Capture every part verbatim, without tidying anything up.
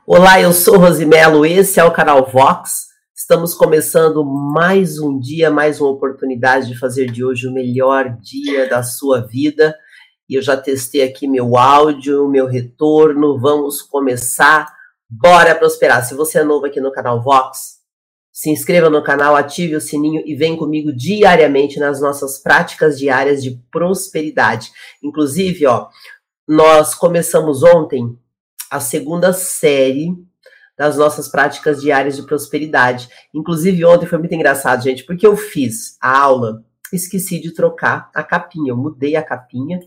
Olá, eu sou Rosimelo, esse é o canal Vox. Estamos começando mais um dia, mais uma oportunidade de fazer de hoje o melhor dia da sua vida. E eu já testei aqui meu áudio, meu retorno. Vamos começar. Bora prosperar. Se você é novo aqui no canal Vox, se inscreva no canal, ative o sininho e vem comigo diariamente nas nossas práticas diárias de prosperidade. Inclusive, ó, nós começamos ontem a segunda série das nossas práticas diárias de prosperidade. Inclusive, ontem foi muito engraçado, gente, porque eu fiz a aula, esqueci de trocar a capinha, eu mudei a capinha,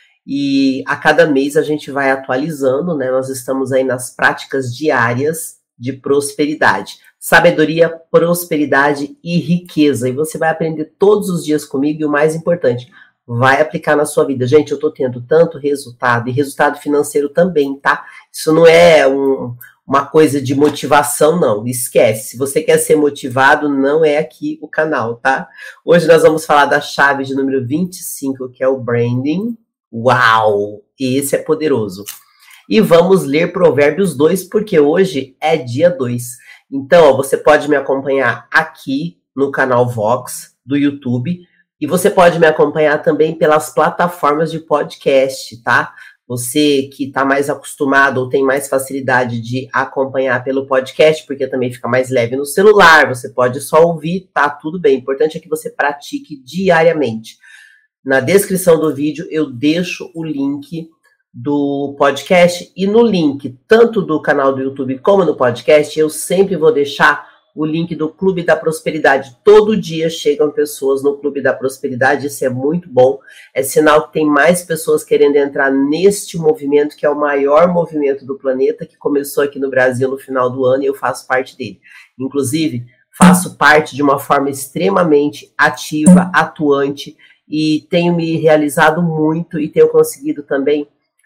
e a cada mês a gente vai atualizando, né? Nós estamos aí nas práticas diárias de prosperidade. Sabedoria, prosperidade e riqueza. E você vai aprender todos os dias comigo, e o mais importante, vai aplicar na sua vida. Gente, eu tô tendo tanto resultado, e resultado financeiro também, tá? Isso não é um, uma coisa de motivação, não. Esquece. Se você quer ser motivado, não é aqui o canal, tá? Hoje nós vamos falar da chave de número vinte e cinco, que é o branding. Uau! Esse é poderoso. E vamos ler Provérbios dois, porque hoje é dia dois. Então, ó, você pode me acompanhar aqui no canal Vox, do YouTube, e você pode me acompanhar também pelas plataformas de podcast, tá? Você que está mais acostumado ou tem mais facilidade de acompanhar pelo podcast, porque também fica mais leve no celular, você pode só ouvir, tá tudo bem. O importante é que você pratique diariamente. Na descrição do vídeo eu deixo o link do podcast, e no link tanto do canal do YouTube como no podcast eu sempre vou deixar o link do Clube da Prosperidade. Todo dia chegam pessoas no Clube da Prosperidade, isso é muito bom. É sinal que tem mais pessoas querendo entrar neste movimento, que é o maior movimento do planeta, que começou aqui no Brasil no final do ano, e eu faço parte dele. Inclusive, faço parte de uma forma extremamente ativa, atuante, e tenho me realizado muito, e tenho conseguido também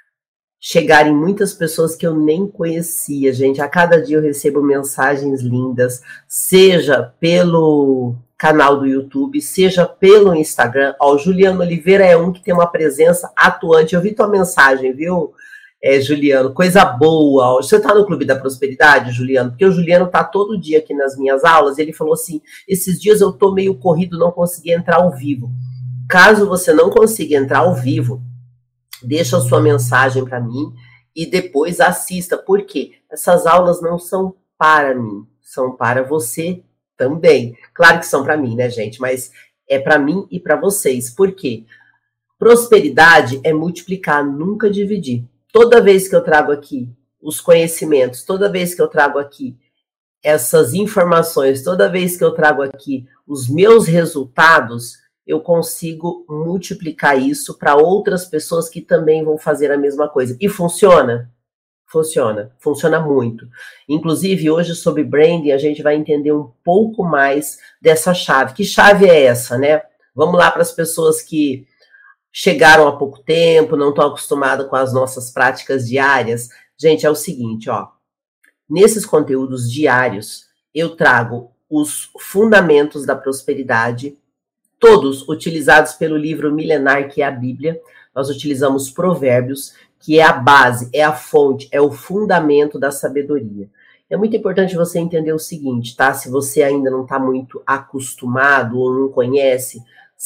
chegar em muitas pessoas que eu nem conhecia, gente. A cada dia eu recebo mensagens lindas, seja pelo canal do YouTube, seja pelo Instagram. Ó, o Juliano Oliveira é um que tem uma presença atuante. Eu vi tua mensagem, viu, é, Juliano? Coisa boa. Ó, você tá no Clube da Prosperidade, Juliano? Porque o Juliano tá todo dia aqui nas minhas aulas. Ele falou assim, esses dias eu tô meio corrido, não consegui entrar ao vivo. Caso você não consiga entrar ao vivo, deixa a sua mensagem para mim e depois assista, porque essas aulas não são para mim, são para você também. Claro que são para mim, né, gente? Mas é para mim e para vocês. Por quê? Prosperidade é multiplicar, nunca dividir. Toda vez que eu trago aqui os conhecimentos, toda vez que eu trago aqui essas informações, toda vez que eu trago aqui os meus resultados, eu consigo multiplicar isso para outras pessoas que também vão fazer a mesma coisa. E funciona? Funciona. Funciona muito. Inclusive, hoje, sobre branding, a gente vai entender um pouco mais dessa chave. Que chave é essa, né? Vamos lá para as pessoas que chegaram há pouco tempo, não estão acostumadas com as nossas práticas diárias. Gente, é o seguinte, ó. Nesses conteúdos diários, eu trago os fundamentos da prosperidade, todos utilizados pelo livro milenar, que é a Bíblia. Nós utilizamos Provérbios, que é a base, é a fonte, é o fundamento da sabedoria. É muito importante você entender o seguinte, tá? Se você ainda não está muito acostumado ou não conhece,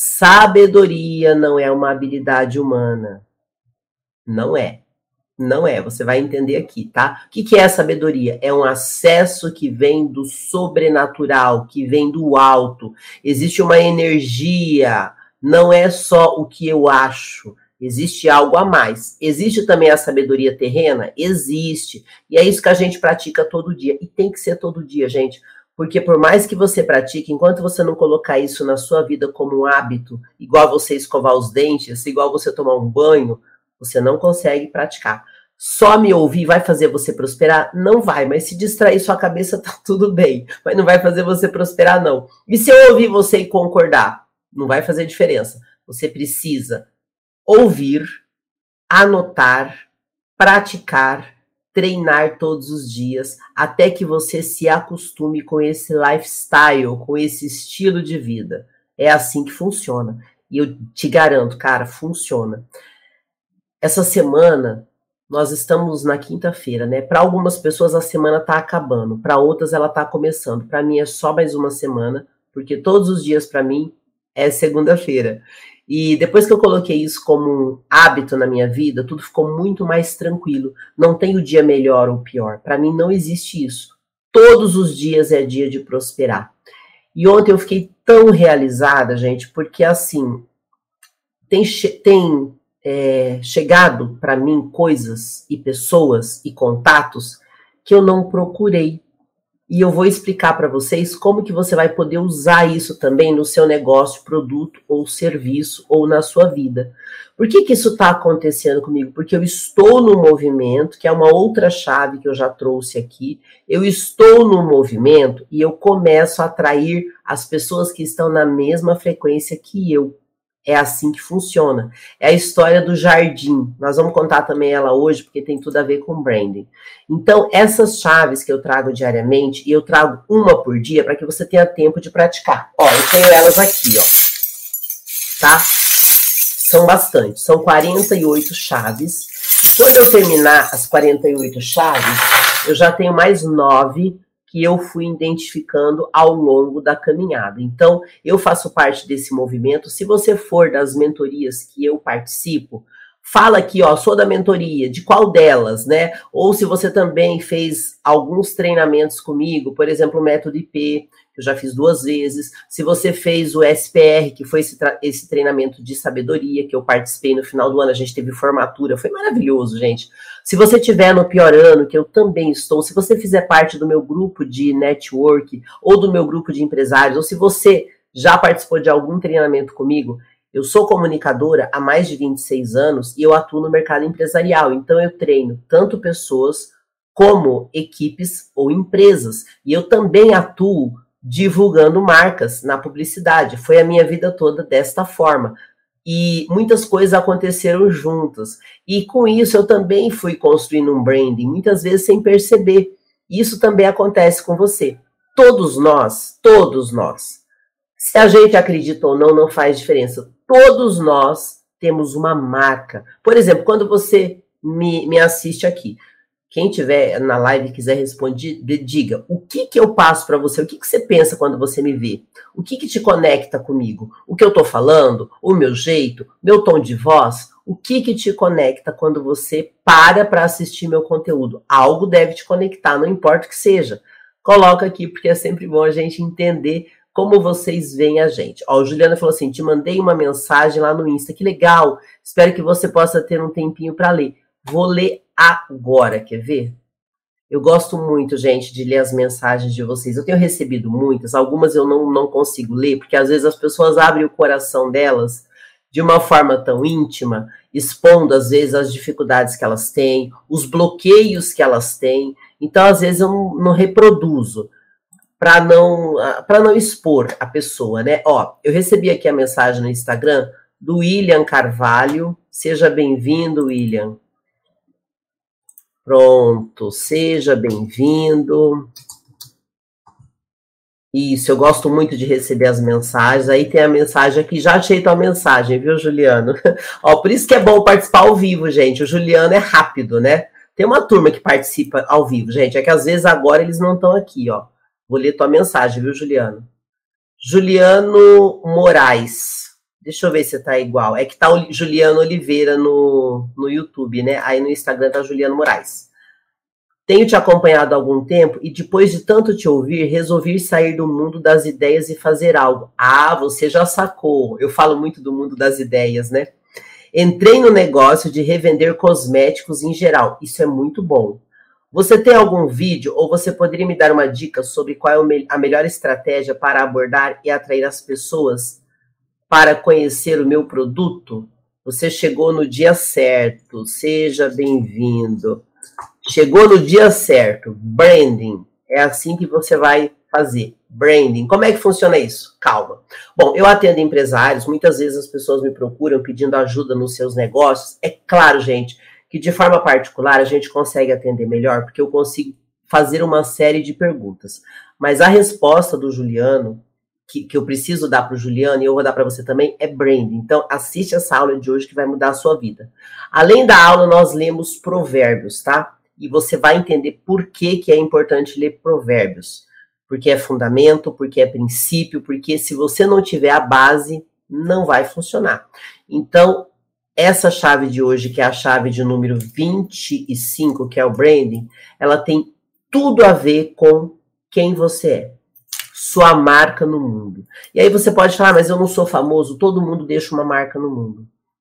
sabedoria não é uma habilidade humana. Não é. Não é, você vai entender aqui, tá? O que, que é a sabedoria? É um acesso que vem do sobrenatural, que vem do alto. Existe uma energia, não é só o que eu acho, existe algo a mais. Existe também a sabedoria terrena? Existe. E é isso que a gente pratica todo dia. E tem que ser todo dia, gente. Porque por mais que você pratique, enquanto você não colocar isso na sua vida como um hábito, igual você escovar os dentes, igual você tomar um banho, você não consegue praticar. Só me ouvir vai fazer você prosperar? Não vai, mas se distrair sua cabeça tá tudo bem. Mas não vai fazer você prosperar, não. E se eu ouvir você e concordar? Não vai fazer diferença. Você precisa ouvir, anotar, praticar, treinar todos os dias, até que você se acostume com esse lifestyle, com esse estilo de vida. É assim que funciona. E eu te garanto, cara, funciona. Essa semana Nós estamos na quinta-feira, né? Para algumas pessoas a semana está acabando, para outras ela está começando. Para mim é só mais uma semana, porque todos os dias para mim é segunda-feira. E depois que eu coloquei isso como um hábito na minha vida, tudo ficou muito mais tranquilo. Não tem o dia melhor ou pior. Para mim não existe isso. Todos os dias é dia de prosperar. E ontem eu fiquei tão realizada, gente, porque assim, tem, tem é, chegado para mim coisas e pessoas e contatos que eu não procurei. E eu vou explicar para vocês como que você vai poder usar isso também no seu negócio, produto ou serviço ou na sua vida. Por que que isso está acontecendo comigo? Porque eu estou no movimento, que é uma outra chave que eu já trouxe aqui. Eu estou no movimento e eu começo a atrair as pessoas que estão na mesma frequência que eu. É assim que funciona. É a história do jardim. Nós vamos contar também ela hoje, porque tem tudo a ver com branding. Então, essas chaves que eu trago diariamente, e eu trago uma por dia, para que você tenha tempo de praticar. Ó, eu tenho elas aqui, ó. Tá? São bastante. São quarenta e oito chaves. Quando eu terminar as quarenta e oito chaves, eu já tenho mais nove que eu fui identificando ao longo da caminhada. Então, eu faço parte desse movimento. Se você for das mentorias que eu participo, fala aqui, ó, sou da mentoria, de qual delas, né? Ou se você também fez alguns treinamentos comigo, por exemplo, o método I P, que eu já fiz duas vezes. Se você fez o S P R, que foi esse, esse treinamento de sabedoria, que eu participei no final do ano, a gente teve formatura, foi maravilhoso, gente. Se você estiver no pior ano, que eu também estou, se você fizer parte do meu grupo de network, ou do meu grupo de empresários, ou se você já participou de algum treinamento comigo, eu sou comunicadora há mais de vinte e seis anos e eu atuo no mercado empresarial. Então eu treino tanto pessoas como equipes ou empresas. E eu também atuo divulgando marcas na publicidade. Foi a minha vida toda desta forma. E muitas coisas aconteceram juntas. E com isso eu também fui construindo um branding, muitas vezes sem perceber. Isso também acontece com você. Todos nós, todos nós. Se a gente acredita ou não, não faz diferença. Todos nós temos uma marca. Por exemplo, quando você me, me assiste aqui, quem tiver na live e quiser responder, diga, o que que eu passo para você? O que que você pensa quando você me vê? O que que te conecta comigo? O que eu estou falando? O meu jeito? Meu tom de voz? O que que te conecta quando você para para assistir meu conteúdo? Algo deve te conectar, não importa o que seja. Coloca aqui, porque é sempre bom a gente entender como vocês veem a gente. Ó, o Juliano falou assim, te mandei uma mensagem lá no Insta, que legal, espero que você possa ter um tempinho para ler. Vou ler agora, quer ver? Eu gosto muito, gente, de ler as mensagens de vocês. Eu tenho recebido muitas, algumas eu não, não consigo ler, porque às vezes as pessoas abrem o coração delas de uma forma tão íntima, expondo às vezes as dificuldades que elas têm, os bloqueios que elas têm. Então, às vezes eu não, não reproduzo, para não, para não expor a pessoa, né? Ó, eu recebi aqui a mensagem no Instagram do William Carvalho. Seja bem-vindo, William. Pronto, seja bem-vindo. Isso, eu gosto muito de receber as mensagens. Aí tem a mensagem aqui, já achei tua mensagem, viu, Juliano? Ó, por isso que é bom participar ao vivo, gente. O Juliano é rápido, né? Tem uma turma que participa ao vivo, gente. É que às vezes agora eles não estão aqui, ó. Vou ler tua mensagem, viu, Juliano? Juliano Moraes. Deixa eu ver se tá igual. É que tá o Juliano Oliveira no, no YouTube, né? Aí no Instagram tá Juliano Moraes. Tenho te acompanhado há algum tempo e depois de tanto te ouvir, resolvi sair do mundo das ideias e fazer algo. Ah, você já sacou. Eu falo muito do mundo das ideias, né? Entrei no negócio de revender cosméticos em geral. Isso é muito bom. Você tem algum vídeo ou você poderia me dar uma dica sobre qual é a melhor estratégia para abordar e atrair as pessoas para conhecer o meu produto? Você chegou no dia certo, seja bem-vindo. Chegou no dia certo, branding, é assim que você vai fazer, branding. Como é que funciona isso? Calma. Bom, eu atendo empresários, muitas vezes as pessoas me procuram pedindo ajuda nos seus negócios. É claro, gente, que de forma particular a gente consegue atender melhor, porque eu consigo fazer uma série de perguntas. Mas a resposta do Juliano que, que eu preciso dar para o Juliano, e eu vou dar para você também, é branding. Então, assiste essa aula de hoje que vai mudar a sua vida. Além da aula, nós lemos provérbios, tá? E você vai entender por que, que é importante ler provérbios. Porque é fundamento, porque é princípio, porque se você não tiver a base, não vai funcionar. Então, essa chave de hoje, que é a chave de número vinte e cinco, que é o branding, ela tem tudo a ver com quem você é. Sua marca no mundo. E aí você pode falar, mas eu não sou famoso, todo mundo deixa uma marca no mundo.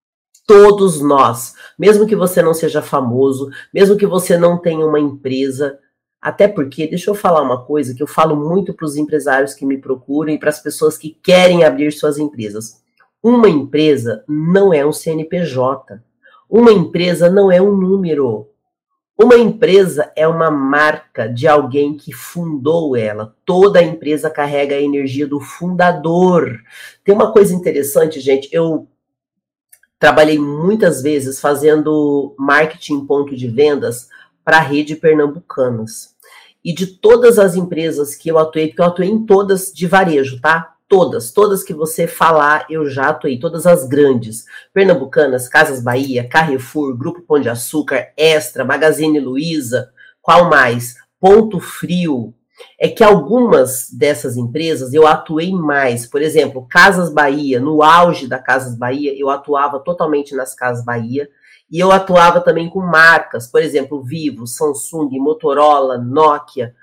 Todos nós, mesmo que você não seja famoso, mesmo que você não tenha uma empresa, até porque, deixa eu falar uma coisa que eu falo muito para os empresários que me procuram e para as pessoas que querem abrir suas empresas. Uma empresa não é um C N P J. Uma empresa não é um número. Uma empresa é uma marca de alguém que fundou ela. Toda empresa carrega a energia do fundador. Tem uma coisa interessante, gente. Eu trabalhei muitas vezes fazendo marketing ponto de vendas para a rede Pernambucanas. E de todas as empresas que eu atuei, porque eu atuei em todas de varejo, tá? Todas, todas que você falar, eu já atuei, todas as grandes. Pernambucanas, Casas Bahia, Carrefour, Grupo Pão de Açúcar, Extra, Magazine Luiza, qual mais? Ponto Frio. É que algumas dessas empresas eu atuei mais. Por exemplo, Casas Bahia, no auge da Casas Bahia, eu atuava totalmente nas Casas Bahia. E eu atuava também com marcas, por exemplo, Vivo, Samsung, Motorola, Nokia,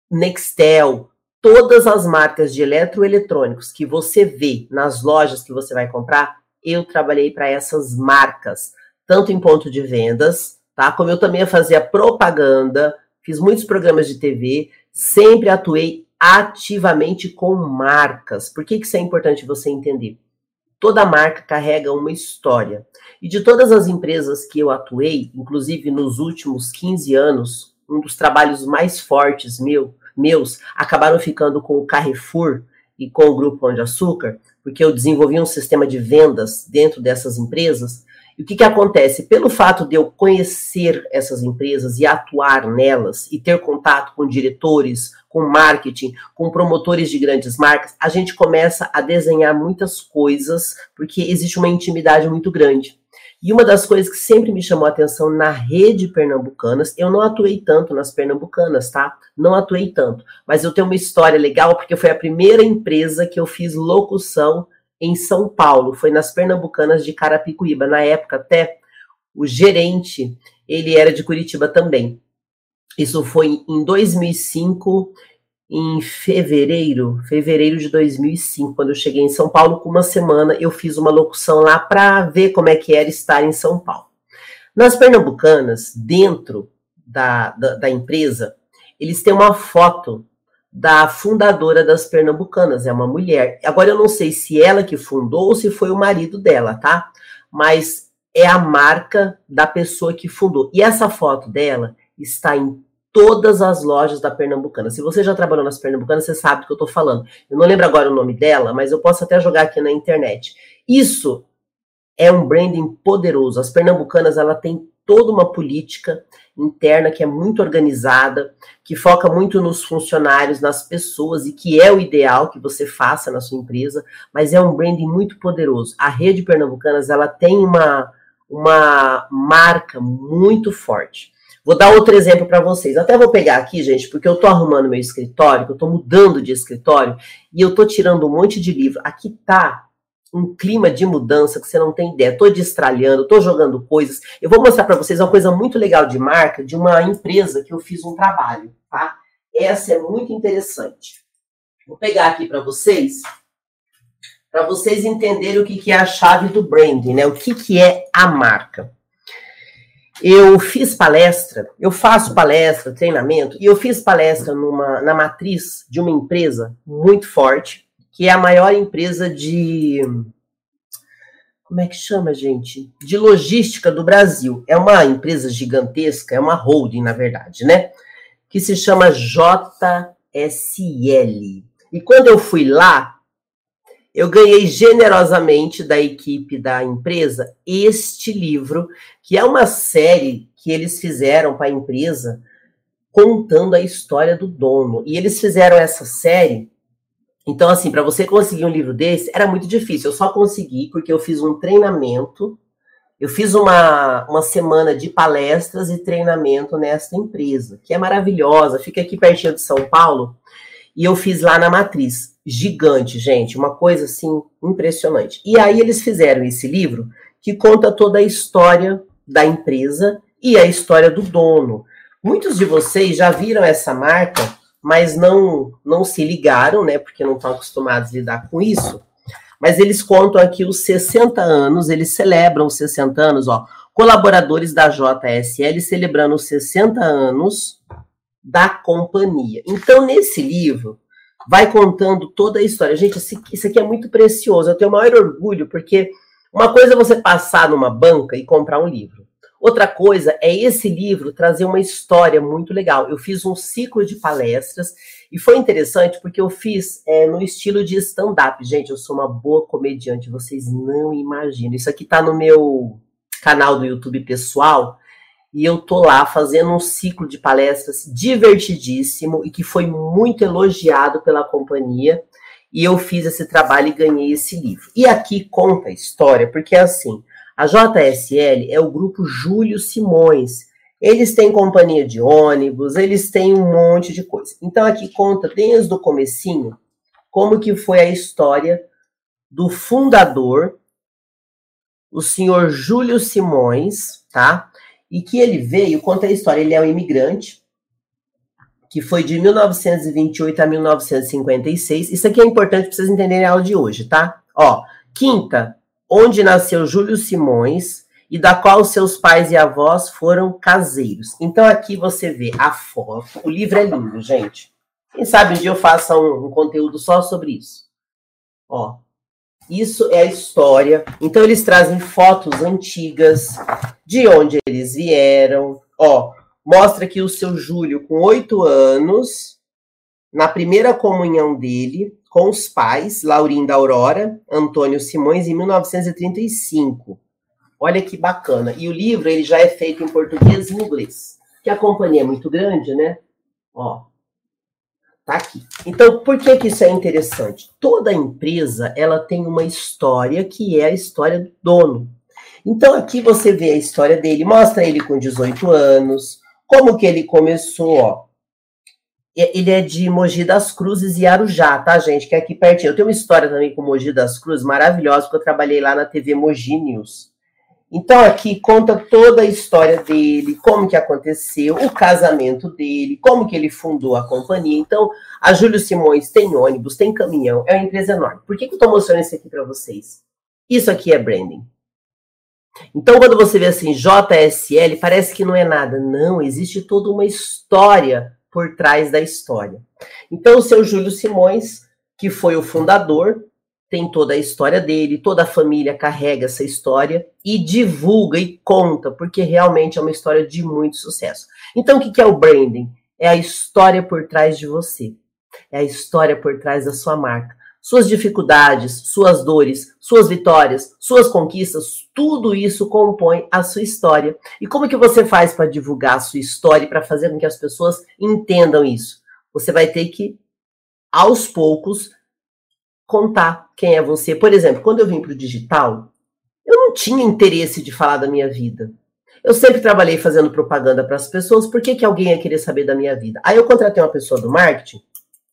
Nextel. Todas as marcas de eletroeletrônicos que você vê nas lojas que você vai comprar, eu trabalhei para essas marcas, tanto em ponto de vendas, tá? Como eu também fazia propaganda, fiz muitos programas de T V, sempre atuei ativamente com marcas. Por que que isso é importante você entender? Toda marca carrega uma história. E de todas as empresas que eu atuei, inclusive nos últimos quinze anos, um dos trabalhos mais fortes meu, meus acabaram ficando com o Carrefour e com o Grupo Pão de Açúcar, porque eu desenvolvi um sistema de vendas dentro dessas empresas. E o que que acontece? Pelo fato de eu conhecer essas empresas e atuar nelas e ter contato com diretores, com marketing, com promotores de grandes marcas, a gente começa a desenhar muitas coisas, porque existe uma intimidade muito grande. E uma das coisas que sempre me chamou a atenção na rede Pernambucanas, eu não atuei tanto nas Pernambucanas, tá? Não atuei tanto. Mas eu tenho uma história legal, porque foi a primeira empresa que eu fiz locução em São Paulo. Foi nas Pernambucanas de Carapicuíba. Na época, até, o gerente, ele era de Curitiba também. Isso foi em dois mil e cinco, em fevereiro, fevereiro de dois mil e cinco, quando eu cheguei em São Paulo, com uma semana eu fiz uma locução lá para ver como é que era estar em São Paulo. Nas Pernambucanas, dentro da, da, da empresa, eles têm uma foto da fundadora das Pernambucanas, é uma mulher. Agora eu não sei se ela que fundou ou se foi o marido dela, tá? Mas é a marca da pessoa que fundou. E essa foto dela está em todas as lojas da Pernambucana. Se você já trabalhou nas Pernambucanas, você sabe do que eu estou falando. Eu não lembro agora o nome dela, mas eu posso até jogar aqui na internet. Isso é um branding poderoso. As Pernambucanas, ela tem toda uma política interna que é muito organizada, que foca muito nos funcionários, nas pessoas, e que é o ideal que você faça na sua empresa, mas é um branding muito poderoso. A rede Pernambucanas, ela tem uma, uma marca muito forte. Vou dar outro exemplo para vocês. Até vou pegar aqui, gente, porque eu tô arrumando meu escritório, que eu tô mudando de escritório, e eu tô tirando um monte de livro. Aqui tá um clima de mudança que você não tem ideia. Tô destralhando, tô jogando coisas. Eu vou mostrar para vocês uma coisa muito legal de marca, de uma empresa que eu fiz um trabalho, tá? Essa é muito interessante. Vou pegar aqui para vocês, para vocês entenderem o que, que é a chave do branding, né? O que, que é a marca. Eu fiz palestra, eu faço palestra, treinamento, e eu fiz palestra numa, na matriz de uma empresa muito forte, que é a maior empresa de... Como é que chama, gente? De logística do Brasil. É uma empresa gigantesca, é uma holding, na verdade, né? Que se chama J S L. E quando eu fui lá, eu ganhei generosamente da equipe da empresa este livro, que é uma série que eles fizeram para a empresa, contando a história do dono. E eles fizeram essa série Então, assim, para você conseguir um livro desse, era muito difícil. Eu só consegui porque eu fiz um treinamento, eu fiz uma, uma semana de palestras e treinamento nesta empresa, que é maravilhosa, fica aqui pertinho de São Paulo, e eu fiz lá na Matriz. Gigante, gente, uma coisa, assim, impressionante. E aí eles fizeram esse livro que conta toda a história da empresa e a história do dono. Muitos de vocês já viram essa marca, mas não, não se ligaram, né, porque não estão acostumados a lidar com isso. Mas eles contam aqui os sessenta anos, eles celebram os sessenta anos, ó, colaboradores da J S L celebrando os sessenta anos da companhia. Então, nesse livro, vai contando toda a história. Gente, isso aqui é muito precioso, eu tenho o maior orgulho, porque uma coisa é você passar numa banca e comprar um livro. Outra coisa é esse livro trazer uma história muito legal. Eu fiz um ciclo de palestras e foi interessante porque eu fiz é, no estilo de stand-up. Gente, eu sou uma boa comediante, vocês não imaginam. Isso aqui tá no meu canal do YouTube pessoal e eu tô lá fazendo um ciclo de palestras divertidíssimo e que foi muito elogiado pela companhia. E eu fiz esse trabalho e ganhei esse livro. E aqui conta a história, porque é assim... A J S L é o grupo Júlio Simões. Eles têm companhia de ônibus, eles têm um monte de coisa. Então aqui conta desde o comecinho como que foi a história do fundador, o senhor Júlio Simões, tá? E que ele veio, conta a história, ele é um imigrante, que foi de mil novecentos e vinte e oito a mil novecentos e cinquenta e seis. Isso aqui é importante para vocês entenderem a aula de hoje, tá? Ó, quinta, onde nasceu Júlio Simões e da qual seus pais e avós foram caseiros. Então aqui você vê a foto. O livro é lindo, gente. Quem sabe um dia eu faça um, um conteúdo só sobre isso. Ó, isso é a história. Então eles trazem fotos antigas de onde eles vieram. Ó, mostra aqui o seu Júlio com oito anos, na primeira comunhão dele, com os pais, Laurinda Aurora, Antônio Simões, em mil novecentos e trinta e cinco. Olha que bacana. E o livro ele já é feito em português e inglês. Que a companhia é muito grande, né? Ó, tá aqui. Então, por que que isso é interessante? Toda empresa, ela tem uma história que é a história do dono. Então, aqui você vê a história dele, mostra ele com dezoito anos, como que ele começou, ó. Ele é de Mogi das Cruzes e Arujá, tá, gente? Que é aqui pertinho. Eu tenho uma história também com Mogi das Cruzes maravilhosa, porque eu trabalhei lá na T V Mogi News. Então, aqui conta toda a história dele, como que aconteceu, o casamento dele, como que ele fundou a companhia. Então, a Júlio Simões tem ônibus, tem caminhão, é uma empresa enorme. Por que que eu tô mostrando isso aqui para vocês? Isso aqui é branding. Então, quando você vê assim, J S L, parece que não é nada. Não, existe toda uma história por trás da história. Então, o seu Júlio Simões, que foi o fundador, tem toda a história dele, toda a família carrega essa história e divulga e conta, porque realmente é uma história de muito sucesso. Então, o que é o branding? É a história por trás de você. É a história por trás da sua marca. Suas dificuldades, suas dores, suas vitórias, suas conquistas, tudo isso compõe a sua história. E como que você faz para divulgar a sua história e para fazer com que as pessoas entendam isso? Você vai ter que, aos poucos, contar quem é você. Por exemplo, quando eu vim para o digital, eu não tinha interesse de falar da minha vida. Eu sempre trabalhei fazendo propaganda para as pessoas, por que que alguém ia querer saber da minha vida? Aí eu contratei uma pessoa do marketing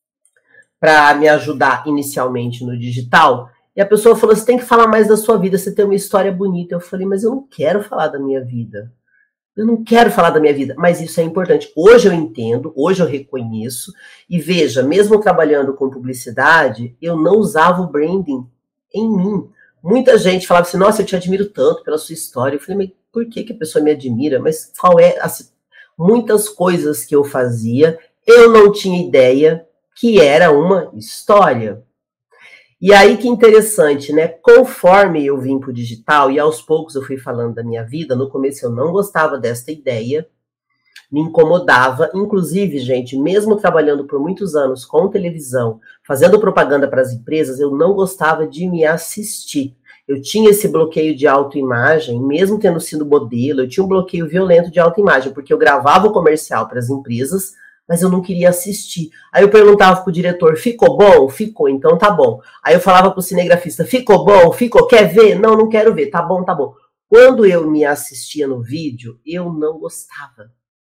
para me ajudar inicialmente no digital, e a pessoa falou, você tem que falar mais da sua vida, você tem uma história bonita. Eu falei, mas eu não quero falar da minha vida. Eu não quero falar da minha vida, mas isso é importante. Hoje eu entendo, hoje eu reconheço, e veja, mesmo trabalhando com publicidade, eu não usava o branding em mim. Muita gente falava assim, nossa, eu te admiro tanto pela sua história. Eu falei, mas por que que a pessoa me admira? Mas qual é, assim, muitas coisas que eu fazia, eu não tinha ideia que era uma história. E aí que interessante, né? Conforme eu vim para o digital e aos poucos eu fui falando da minha vida, no começo eu não gostava desta ideia, me incomodava, inclusive, gente, mesmo trabalhando por muitos anos com televisão, fazendo propaganda para as empresas, eu não gostava de me assistir. Eu tinha esse bloqueio de autoimagem, mesmo tendo sido modelo, eu tinha um bloqueio violento de autoimagem, porque eu gravava o comercial para as empresas, mas eu não queria assistir. Aí eu perguntava pro diretor, ficou bom? Ficou, então tá bom. Aí eu falava pro cinegrafista, ficou bom? Ficou, quer ver? Não, não quero ver, tá bom, tá bom. Quando eu me assistia no vídeo, eu não gostava.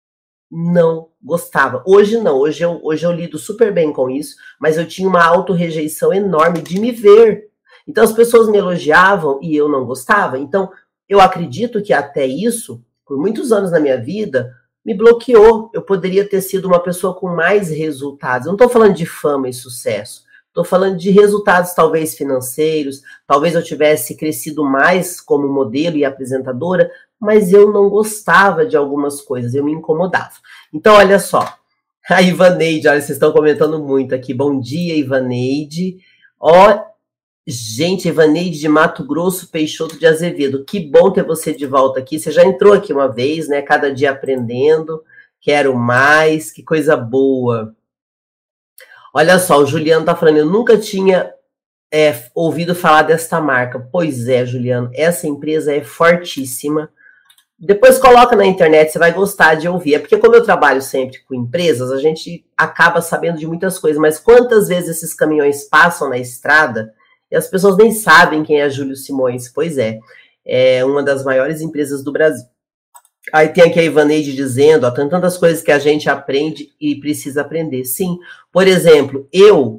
Não gostava. Hoje não, hoje eu, hoje eu lido super bem com isso, mas eu tinha uma autorrejeição enorme de me ver. Então as pessoas me elogiavam e eu não gostava. Então eu acredito que até isso, por muitos anos na minha vida, me bloqueou. Eu poderia ter sido uma pessoa com mais resultados. Eu não estou falando de fama e sucesso. Estou falando de resultados talvez financeiros, talvez eu tivesse crescido mais como modelo e apresentadora, mas eu não gostava de algumas coisas, eu me incomodava. Então, olha só, a Ivaneide, olha, vocês estão comentando muito aqui. Bom dia, Ivaneide. Ó, gente, Ivaneide de Mato Grosso, Peixoto de Azevedo. Que bom ter você de volta aqui. Você já entrou aqui uma vez, né? Cada dia aprendendo. Quero mais, que coisa boa. Olha só, o Juliano tá falando, eu nunca tinha é, ouvido falar desta marca. Pois é, Juliano, essa empresa é fortíssima. Depois coloca na internet, você vai gostar de ouvir. É porque como eu trabalho sempre com empresas, a gente acaba sabendo de muitas coisas. Mas quantas vezes esses caminhões passam na estrada e as pessoas nem sabem quem é Júlio Simões? Pois é, é uma das maiores empresas do Brasil. Aí tem aqui a Ivaneide dizendo, ó, tem tantas coisas que a gente aprende e precisa aprender. Sim, por exemplo, eu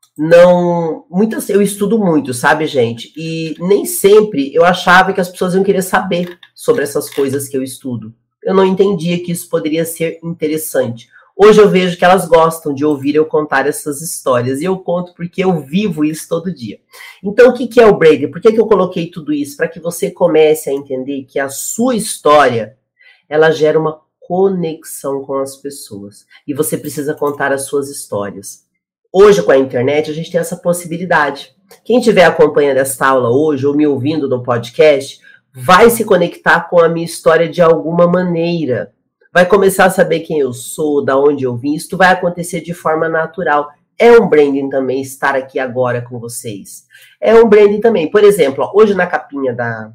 não... Muitas, eu estudo muito, sabe, gente? E nem sempre eu achava que as pessoas iam querer saber sobre essas coisas que eu estudo. Eu não entendia que isso poderia ser interessante. Hoje eu vejo que elas gostam de ouvir eu contar essas histórias. E eu conto porque eu vivo isso todo dia. Então, o que é o branding? Por que eu coloquei tudo isso? Para que você comece a entender que a sua história... ela gera uma conexão com as pessoas. E você precisa contar as suas histórias. Hoje, com a internet, a gente tem essa possibilidade. Quem estiver acompanhando essa aula hoje, ou me ouvindo no podcast, vai se conectar com a minha história de alguma maneira. Vai começar a saber quem eu sou, da onde eu vim. Isso vai acontecer de forma natural. É um branding também estar aqui agora com vocês. É um branding também. Por exemplo, ó, hoje na capinha da,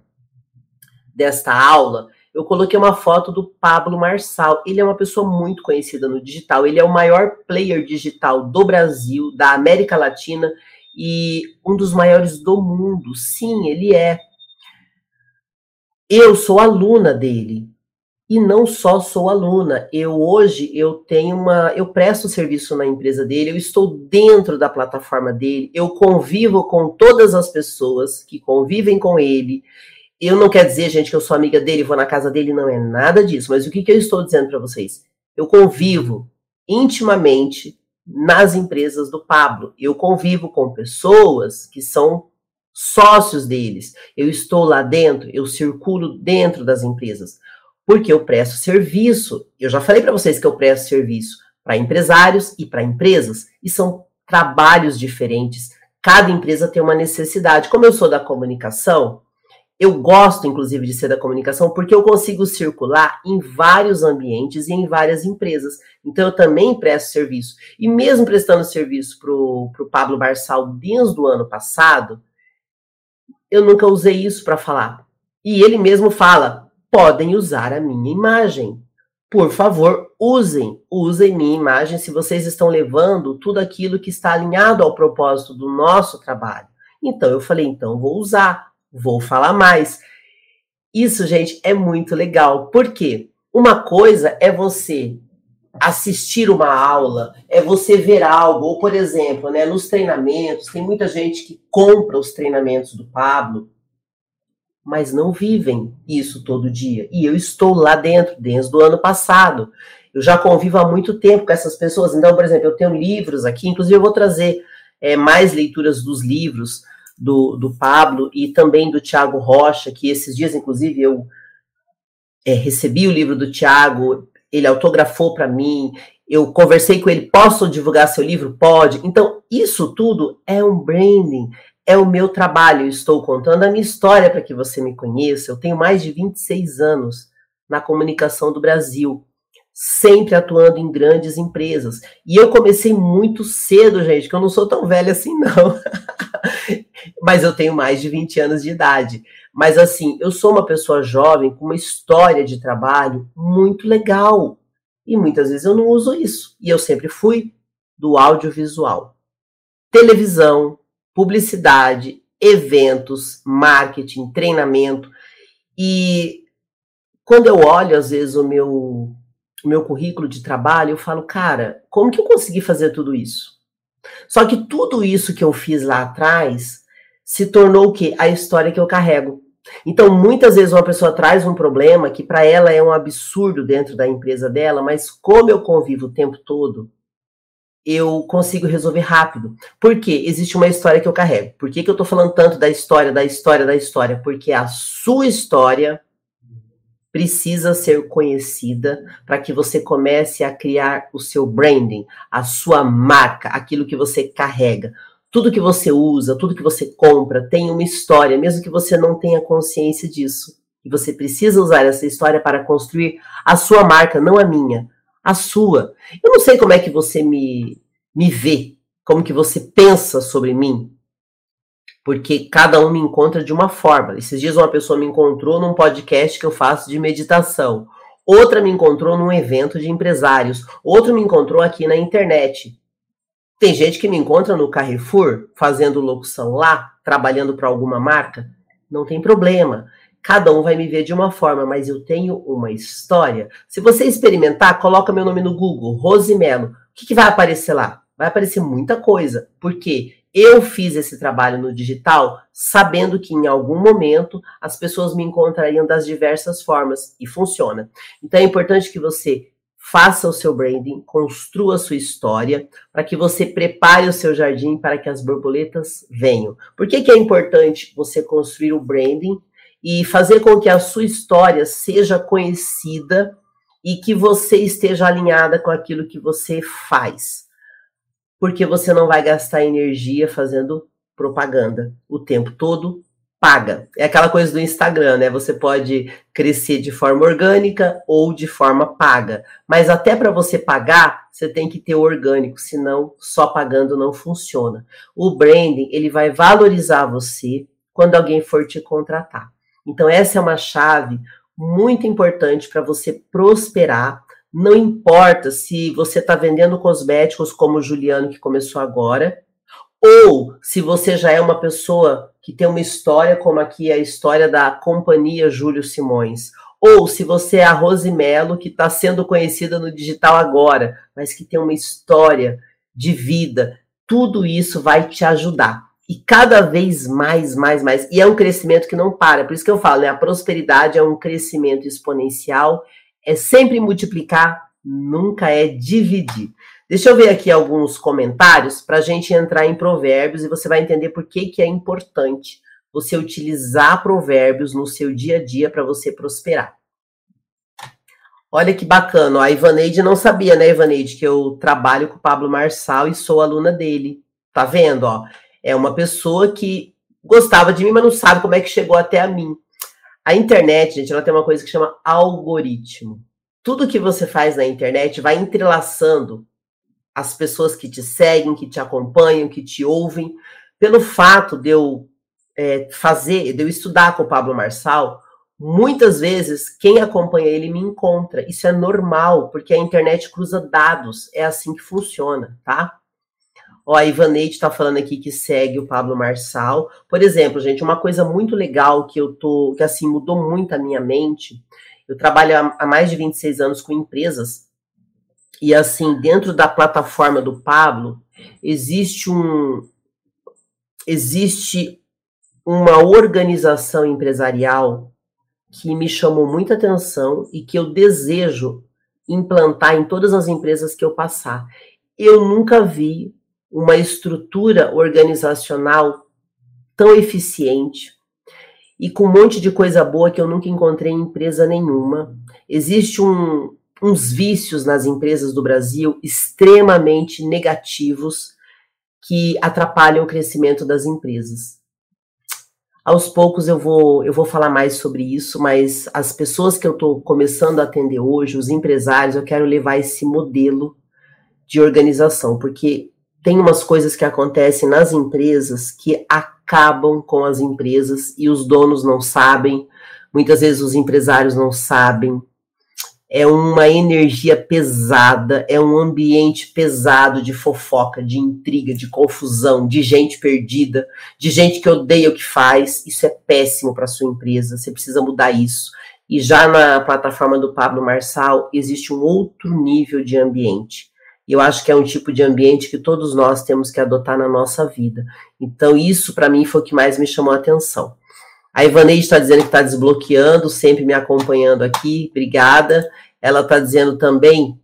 desta aula... eu coloquei uma foto do Pablo Marçal. Ele é uma pessoa muito conhecida no digital. Ele é o maior player digital do Brasil, da América Latina e um dos maiores do mundo. Sim, ele é. Eu sou aluna dele. E não só sou aluna. Eu hoje eu tenho uma, eu presto serviço na empresa dele, eu estou dentro da plataforma dele, eu convivo com todas as pessoas que convivem com ele. Eu não quero dizer, gente, que eu sou amiga dele, vou na casa dele, não é nada disso. Mas o que, que eu estou dizendo para vocês? Eu convivo intimamente nas empresas do Pablo. Eu convivo com pessoas que são sócios deles. Eu estou lá dentro, eu circulo dentro das empresas. Porque eu presto serviço. Eu já falei para vocês que eu presto serviço para empresários e para empresas. E são trabalhos diferentes. Cada empresa tem uma necessidade. Como eu sou da comunicação... eu gosto, inclusive, de ser da comunicação porque eu consigo circular em vários ambientes e em várias empresas. Então, eu também presto serviço. E mesmo prestando serviço para o Pablo Marçal desde o ano passado, eu nunca usei isso para falar. E ele mesmo fala, podem usar a minha imagem. Por favor, usem. Usem minha imagem se vocês estão levando tudo aquilo que está alinhado ao propósito do nosso trabalho. Então, eu falei, então, vou usar. Vou falar mais. Isso, gente, é muito legal. Por quê? Uma coisa é você assistir uma aula, é você ver algo, ou, por exemplo, né, nos treinamentos, tem muita gente que compra os treinamentos do Pablo, mas não vivem isso todo dia. E eu estou lá dentro, desde o ano passado. Eu já convivo há muito tempo com essas pessoas. Então, por exemplo, eu tenho livros aqui, inclusive eu vou trazer é, mais leituras dos livros, Do, do Pablo e também do Thiago Rocha, que esses dias, inclusive, eu é, recebi o livro do Thiago, ele autografou para mim, eu conversei com ele, posso divulgar seu livro? Pode. Então, isso tudo é um branding, é o meu trabalho, eu estou contando a minha história para que você me conheça. Eu tenho mais de vinte e seis anos na comunicação do Brasil, sempre atuando em grandes empresas. E eu comecei muito cedo, gente, que eu não sou tão velha assim, não. Mas eu tenho mais de vinte anos de idade. Mas assim, eu sou uma pessoa jovem com uma história de trabalho muito legal. E muitas vezes eu não uso isso. E eu sempre fui do audiovisual. Televisão, publicidade, eventos, marketing, treinamento. E quando eu olho, às vezes, o meu, o meu currículo de trabalho, eu falo, cara, como que eu consegui fazer tudo isso? Só que tudo isso que eu fiz lá atrás se tornou o quê? A história que eu carrego. Então, muitas vezes uma pessoa traz um problema que para ela é um absurdo dentro da empresa dela, mas como eu convivo o tempo todo, eu consigo resolver rápido. Por quê? Existe uma história que eu carrego. Por que que eu estou falando tanto da história, da história, da história? Porque a sua história precisa ser conhecida para que você comece a criar o seu branding, a sua marca, aquilo que você carrega. Tudo que você usa, tudo que você compra tem uma história, mesmo que você não tenha consciência disso. E você precisa usar essa história para construir a sua marca, não a minha, a sua. Eu não sei como é que você me, me vê, como que você pensa sobre mim, porque cada um me encontra de uma forma. Esses dias uma pessoa me encontrou num podcast que eu faço de meditação. Outra me encontrou num evento de empresários. Outro me encontrou aqui na internet. Tem gente que me encontra no Carrefour, fazendo locução lá, trabalhando para alguma marca. Não tem problema. Cada um vai me ver de uma forma, mas eu tenho uma história. Se você experimentar, coloca meu nome no Google, Rose Mello. O que, que vai aparecer lá? Vai aparecer muita coisa. Por quê? Eu fiz esse trabalho no digital sabendo que em algum momento as pessoas me encontrariam das diversas formas e funciona. Então é importante que você faça o seu branding, construa a sua história, para que você prepare o seu jardim para que as borboletas venham. Por que que é importante você construir o branding e fazer com que a sua história seja conhecida e que você esteja alinhada com aquilo que você faz? Porque você não vai gastar energia fazendo propaganda o tempo todo, paga. É aquela coisa do Instagram, né? Você pode crescer de forma orgânica ou de forma paga. Mas até para você pagar, você tem que ter o orgânico, senão só pagando não funciona. O branding, ele vai valorizar você quando alguém for te contratar. Então essa é uma chave muito importante para você prosperar. Não importa se você está vendendo cosméticos como o Juliano, que começou agora, ou se você já é uma pessoa que tem uma história como aqui a história da Companhia Júlio Simões, ou se você é a Rose Mello, que está sendo conhecida no digital agora, mas que tem uma história de vida, tudo isso vai te ajudar. E cada vez mais, mais, mais. E é um crescimento que não para. Por isso que eu falo, né? A prosperidade é um crescimento exponencial, é sempre multiplicar, nunca é dividir. Deixa eu ver aqui alguns comentários para a gente entrar em provérbios e você vai entender por que que é importante você utilizar provérbios no seu dia a dia para você prosperar. Olha que bacana, ó, a Ivaneide não sabia, né, Ivaneide, que eu trabalho com o Pablo Marçal e sou aluna dele. Tá vendo, ó? É uma pessoa que gostava de mim, mas não sabe como é que chegou até a mim. A internet, gente, ela tem uma coisa que chama algoritmo. Tudo que você faz na internet vai entrelaçando as pessoas que te seguem, que te acompanham, que te ouvem. Pelo fato de eu é, fazer, de eu estudar com o Pablo Marçal, muitas vezes quem acompanha ele me encontra. Isso é normal, porque a internet cruza dados. É assim que funciona, tá? Ó, a Ivaneide tá falando aqui que segue o Pablo Marçal. Por exemplo, gente, uma coisa muito legal que eu tô, que assim, mudou muito a minha mente. Eu trabalho há mais de vinte e seis anos com empresas. E assim, dentro da plataforma do Pablo, existe um existe uma organização empresarial que me chamou muita atenção e que eu desejo implantar em todas as empresas que eu passar. Eu nunca vi uma estrutura organizacional tão eficiente e com um monte de coisa boa que eu nunca encontrei em empresa nenhuma. Existe um uns vícios nas empresas do Brasil extremamente negativos que atrapalham o crescimento das empresas. Aos poucos eu vou, eu vou falar mais sobre isso, mas as pessoas que eu estou começando a atender hoje, os empresários, eu quero levar esse modelo de organização, porque tem umas coisas que acontecem nas empresas que acabam com as empresas e os donos não sabem, muitas vezes os empresários não sabem. é uma energia pesada, é um ambiente pesado de fofoca, de intriga, de confusão, de gente perdida, de gente que odeia o que faz. Isso é péssimo para sua empresa, você precisa mudar isso. E já na plataforma do Pablo Marçal, existe um outro nível de ambiente. E eu acho que é um tipo de ambiente que todos nós temos que adotar na nossa vida. Então isso, para mim, foi o que mais me chamou a atenção. A Ivaneide está dizendo que está desbloqueando, sempre me acompanhando aqui, obrigada. Ela está dizendo também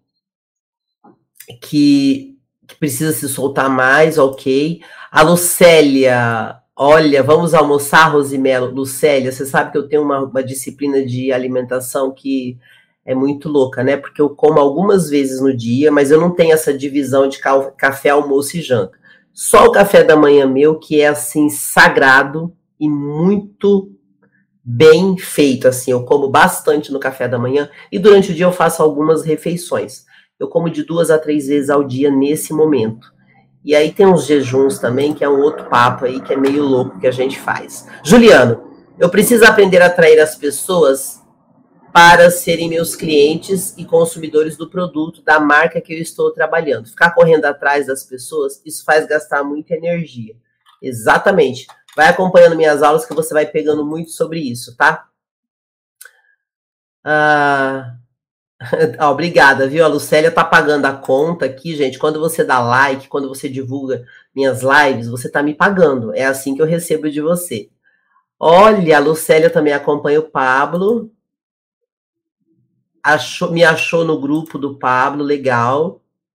que, que precisa se soltar mais, ok. A Lucélia, olha, vamos almoçar, Rosimelo. Lucélia, você sabe que eu tenho uma, uma disciplina de alimentação que é muito louca, né? Porque eu como algumas vezes no dia, mas eu não tenho essa divisão de café, almoço e janta. Só o café da manhã meu, que é assim, sagrado, e muito bem feito, assim, eu como bastante no café da manhã e durante o dia eu faço algumas refeições. Eu como de duas a três vezes ao dia nesse momento. E aí tem uns jejuns também, que é um outro papo aí, que é meio louco que a gente faz. Juliano, eu preciso aprender a atrair as pessoas para serem meus clientes e consumidores do produto, da marca que eu estou trabalhando. Ficar correndo atrás das pessoas, isso faz gastar muita energia. Exatamente. Vai acompanhando minhas aulas que você vai pegando muito sobre isso, tá? Ah, obrigada, viu? A Lucélia tá pagando a conta aqui, gente. Quando você dá like, quando você divulga minhas lives, você tá me pagando. É assim que eu recebo de você. Olha, a Lucélia também acompanha o Pablo. Achou, me achou no grupo do Pablo, legal.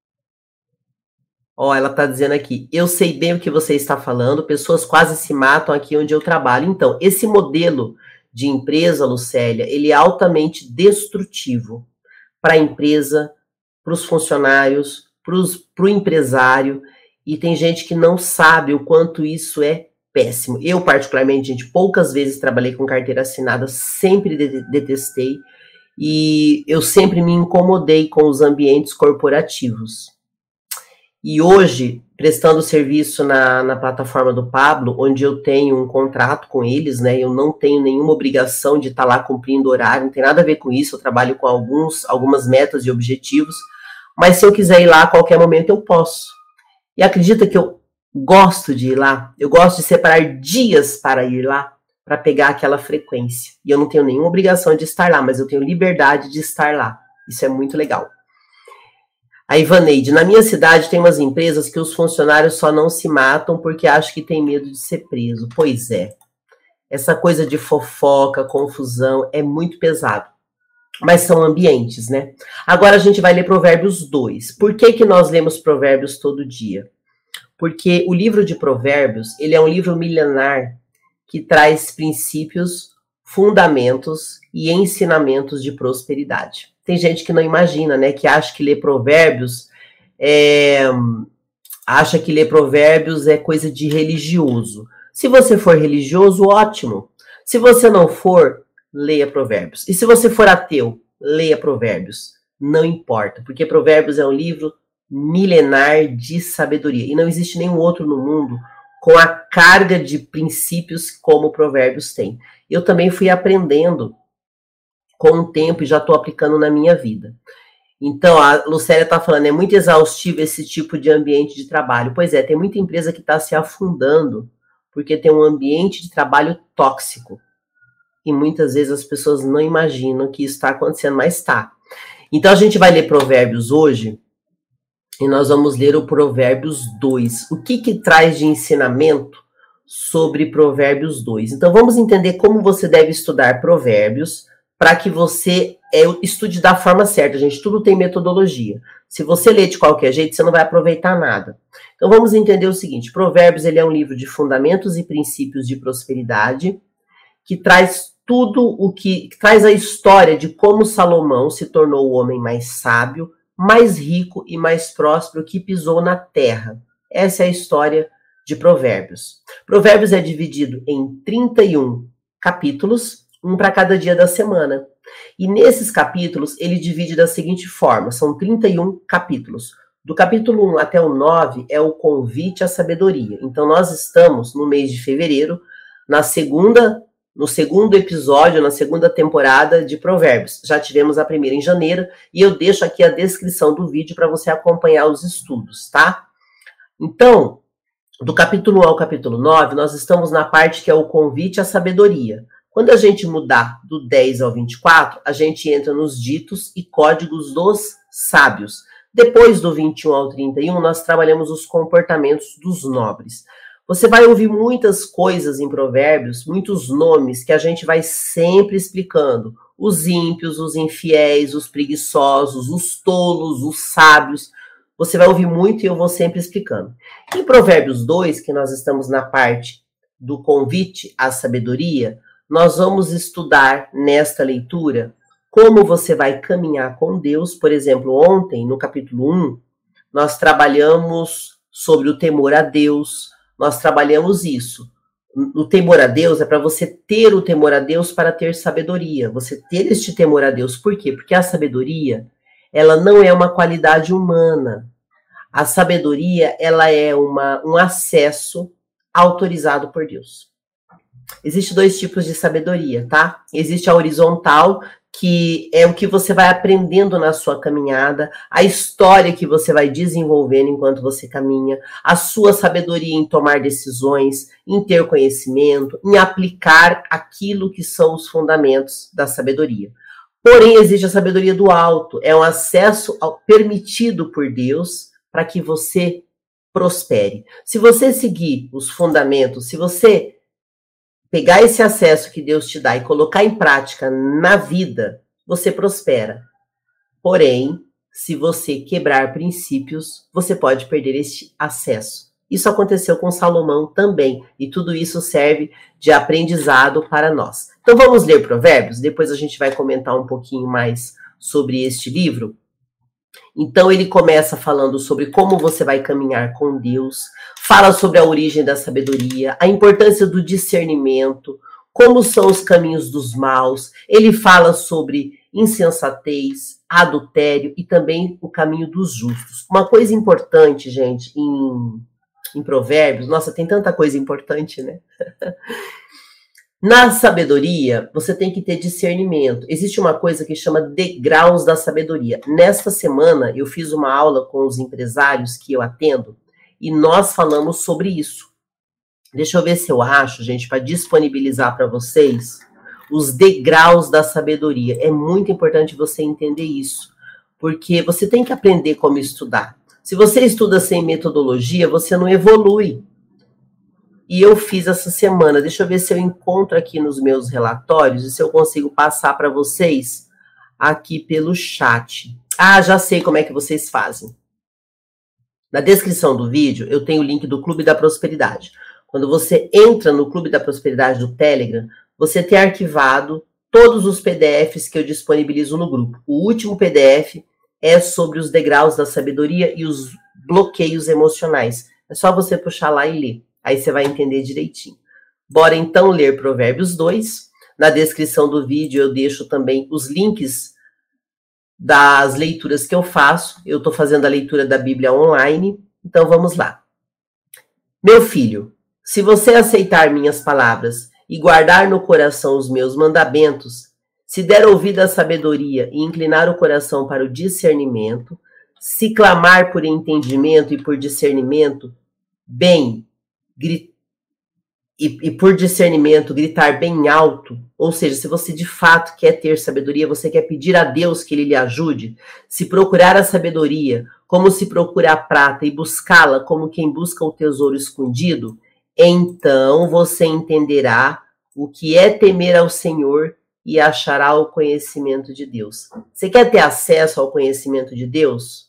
Ó, ela tá dizendo aqui, eu sei bem o que você está falando, pessoas quase se matam aqui onde eu trabalho. Então, esse modelo de empresa, Lucélia, ele é altamente destrutivo para a empresa, para os funcionários, para o empresário, e tem gente que não sabe o quanto isso é péssimo. Eu, particularmente, gente, poucas vezes trabalhei com carteira assinada, sempre detestei, e eu sempre me incomodei com os ambientes corporativos. E hoje, prestando serviço na, na plataforma do Pablo, onde eu tenho um contrato com eles, né? Eu não tenho nenhuma obrigação de estar lá cumprindo horário, não tem nada a ver com isso, eu trabalho com alguns, algumas metas e objetivos, mas se eu quiser ir lá a qualquer momento, eu posso. E acredita que eu gosto de ir lá? Eu gosto de separar dias para ir lá, para pegar aquela frequência. E eu não tenho nenhuma obrigação de estar lá, mas eu tenho liberdade de estar lá. Isso é muito legal. A Ivaneide, na minha cidade tem umas empresas que os funcionários só não se matam porque acham que tem medo de ser preso. Pois é, essa coisa de fofoca, confusão, é muito pesado. Mas são ambientes, né? Agora a gente vai ler Provérbios dois. Por que que nós lemos Provérbios todo dia? Porque o livro de Provérbios, ele é um livro milenar que traz princípios, fundamentos e ensinamentos de prosperidade. Tem gente que não imagina, né? Que acha que ler provérbios é, acha que ler provérbios é coisa de religioso. Se você for religioso, ótimo. Se você não for, leia provérbios. E se você for ateu, leia provérbios. Não importa, porque provérbios é um livro milenar de sabedoria. E não existe nenhum outro no mundo com a carga de princípios como provérbios tem. Eu também fui aprendendo com o tempo e já estou aplicando na minha vida. Então, a Lucélia está falando, é muito exaustivo esse tipo de ambiente de trabalho. Pois é, tem muita empresa que está se afundando porque tem um ambiente de trabalho tóxico. E muitas vezes as pessoas não imaginam que isso está acontecendo, mas está. Então, a gente vai ler Provérbios hoje e nós vamos ler o Provérbios dois. O que que traz de ensinamento sobre Provérbios dois? Então, vamos entender como você deve estudar Provérbios para que você é, estude da forma certa, gente. Tudo tem metodologia. Se você ler de qualquer jeito, você não vai aproveitar nada. Então, vamos entender o seguinte. Provérbios, ele é um livro de fundamentos e princípios de prosperidade, que traz tudo o que... que traz a história de como Salomão se tornou o homem mais sábio, mais rico e mais próspero que pisou na terra. Essa é a história de Provérbios. Provérbios é dividido em trinta e um capítulos, um para cada dia da semana. E nesses capítulos, ele divide da seguinte forma, são trinta e um capítulos. Do capítulo um até o nove é o convite à sabedoria. Então, nós estamos no mês de fevereiro, na segunda no segundo episódio, na segunda temporada de Provérbios. Já tivemos a primeira em janeiro e eu deixo aqui a descrição do vídeo para você acompanhar os estudos, tá? Então, do capítulo um ao capítulo nove, nós estamos na parte que é o convite à sabedoria. Quando a gente mudar do dez ao vinte e quatro, a gente entra nos ditos e códigos dos sábios. Depois do vinte e um ao trinta e um, nós trabalhamos os comportamentos dos nobres. Você vai ouvir muitas coisas em Provérbios, muitos nomes que a gente vai sempre explicando. Os ímpios, os infiéis, os preguiçosos, os tolos, os sábios. Você vai ouvir muito e eu vou sempre explicando. Em Provérbios dois, que nós estamos na parte do convite à sabedoria, nós vamos estudar nesta leitura como você vai caminhar com Deus. Por exemplo, ontem, no capítulo um, nós trabalhamos sobre o temor a Deus. Nós trabalhamos isso. O temor a Deus é para você ter o temor a Deus para ter sabedoria. Você ter este temor a Deus. Por quê? Porque a sabedoria, ela não é uma qualidade humana. A sabedoria, ela é uma, um acesso autorizado por Deus. Existem dois tipos de sabedoria, tá? Existe a horizontal, que é o que você vai aprendendo na sua caminhada, a história que você vai desenvolvendo enquanto você caminha, a sua sabedoria em tomar decisões, em ter conhecimento, em aplicar aquilo que são os fundamentos da sabedoria. Porém, existe a sabedoria do alto, é um acesso ao, permitido por Deus para que você prospere. Se você seguir os fundamentos, se você pegar esse acesso que Deus te dá e colocar em prática na vida, você prospera. Porém, se você quebrar princípios, você pode perder este acesso. Isso aconteceu com Salomão também, e tudo isso serve de aprendizado para nós. Então vamos ler Provérbios, depois a gente vai comentar um pouquinho mais sobre este livro. Então ele começa falando sobre como você vai caminhar com Deus, fala sobre a origem da sabedoria, a importância do discernimento, como são os caminhos dos maus, ele fala sobre insensatez, adultério e também o caminho dos justos. Uma coisa importante, gente, em, em Provérbios, nossa, tem tanta coisa importante, né? Na sabedoria, você tem que ter discernimento. Existe uma coisa que chama degraus da sabedoria. Nesta semana, eu fiz uma aula com os empresários que eu atendo e nós falamos sobre isso. Deixa eu ver se eu acho, gente, para disponibilizar para vocês os degraus da sabedoria. É muito importante você entender isso, porque você tem que aprender como estudar. Se você estuda sem metodologia, você não evolui. E eu fiz essa semana, deixa eu ver se eu encontro aqui nos meus relatórios e se eu consigo passar para vocês aqui pelo chat. Ah, já sei como é que vocês fazem. Na descrição do vídeo, eu tenho o link do Clube da Prosperidade. Quando você entra no Clube da Prosperidade do Telegram, você tem arquivado todos os P D Fs que eu disponibilizo no grupo. O último P D F é sobre os degraus da sabedoria e os bloqueios emocionais. É só você puxar lá e ler. Aí você vai entender direitinho. Bora então ler Provérbios dois. Na descrição do vídeo eu deixo também os links das leituras que eu faço. Eu estou fazendo a leitura da Bíblia online. Então vamos lá. Meu filho, se você aceitar minhas palavras e guardar no coração os meus mandamentos, se der ouvido à sabedoria e inclinar o coração para o discernimento, se clamar por entendimento e por discernimento, bem, Grit... E, e por discernimento, gritar bem alto, ou seja, se você de fato quer ter sabedoria, você quer pedir a Deus que Ele lhe ajude, se procurar a sabedoria como se procura a prata e buscá-la como quem busca o tesouro escondido, então você entenderá o que é temer ao Senhor e achará o conhecimento de Deus. Você quer ter acesso ao conhecimento de Deus?